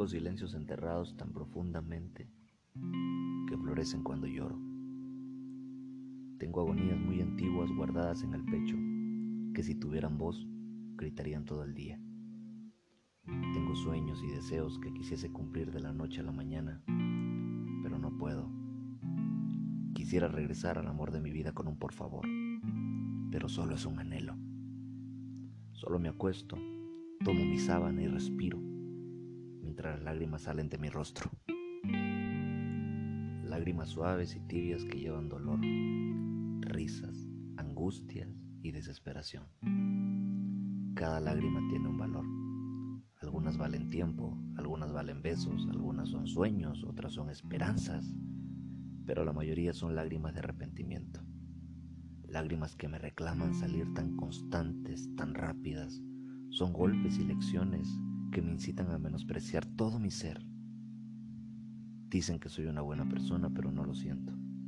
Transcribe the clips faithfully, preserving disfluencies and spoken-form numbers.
Tengo silencios enterrados tan profundamente que florecen cuando lloro. Tengo agonías muy antiguas guardadas en el pecho que si tuvieran voz gritarían todo el día. Tengo sueños y deseos que quisiese cumplir de la noche a la mañana, pero no puedo. Quisiera regresar al amor de mi vida con un por favor, pero solo es un anhelo. Solo me acuesto, tomo mi sábana y respiro, mientras las lágrimas salen de mi rostro. Lágrimas suaves y tibias que llevan dolor, risas, angustias y desesperación. Cada lágrima tiene un valor. Algunas valen tiempo, algunas valen besos, algunas son sueños, otras son esperanzas, pero la mayoría son lágrimas de arrepentimiento. Lágrimas que me reclaman salir tan constantes, tan rápidas. Son golpes y lecciones que me incitan a menospreciar todo mi ser. Dicen que soy una buena persona, pero no lo siento.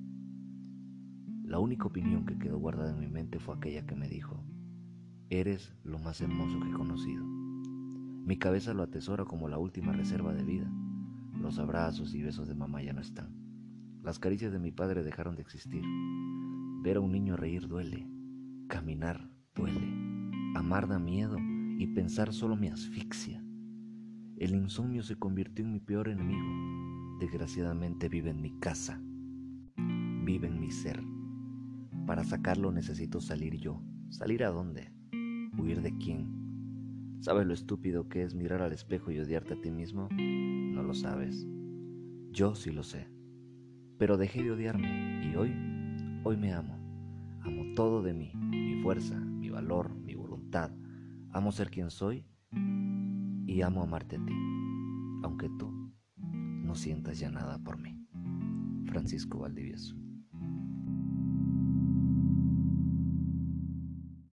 La única opinión que quedó guardada en mi mente fue aquella que me dijo: eres lo más hermoso que he conocido. Mi cabeza lo atesora como la última reserva de vida. Los abrazos y besos de mamá ya no están. Las caricias de mi padre dejaron de existir. Ver a un niño reír duele. Caminar duele. Amar da miedo y pensar solo me asfixia. El insomnio se convirtió en mi peor enemigo. Desgraciadamente vive en mi casa. Vive en mi ser. Para sacarlo necesito salir yo. ¿Salir a dónde? ¿Huir de quién? ¿Sabes lo estúpido que es mirar al espejo y odiarte a ti mismo? No lo sabes. Yo sí lo sé. Pero dejé de odiarme y hoy, hoy me amo. Amo todo de mí, mi fuerza, mi valor, mi voluntad. Amo ser quien soy y amo amarte a ti, aunque tú no sientas ya nada por mí. Francisco Valdivieso.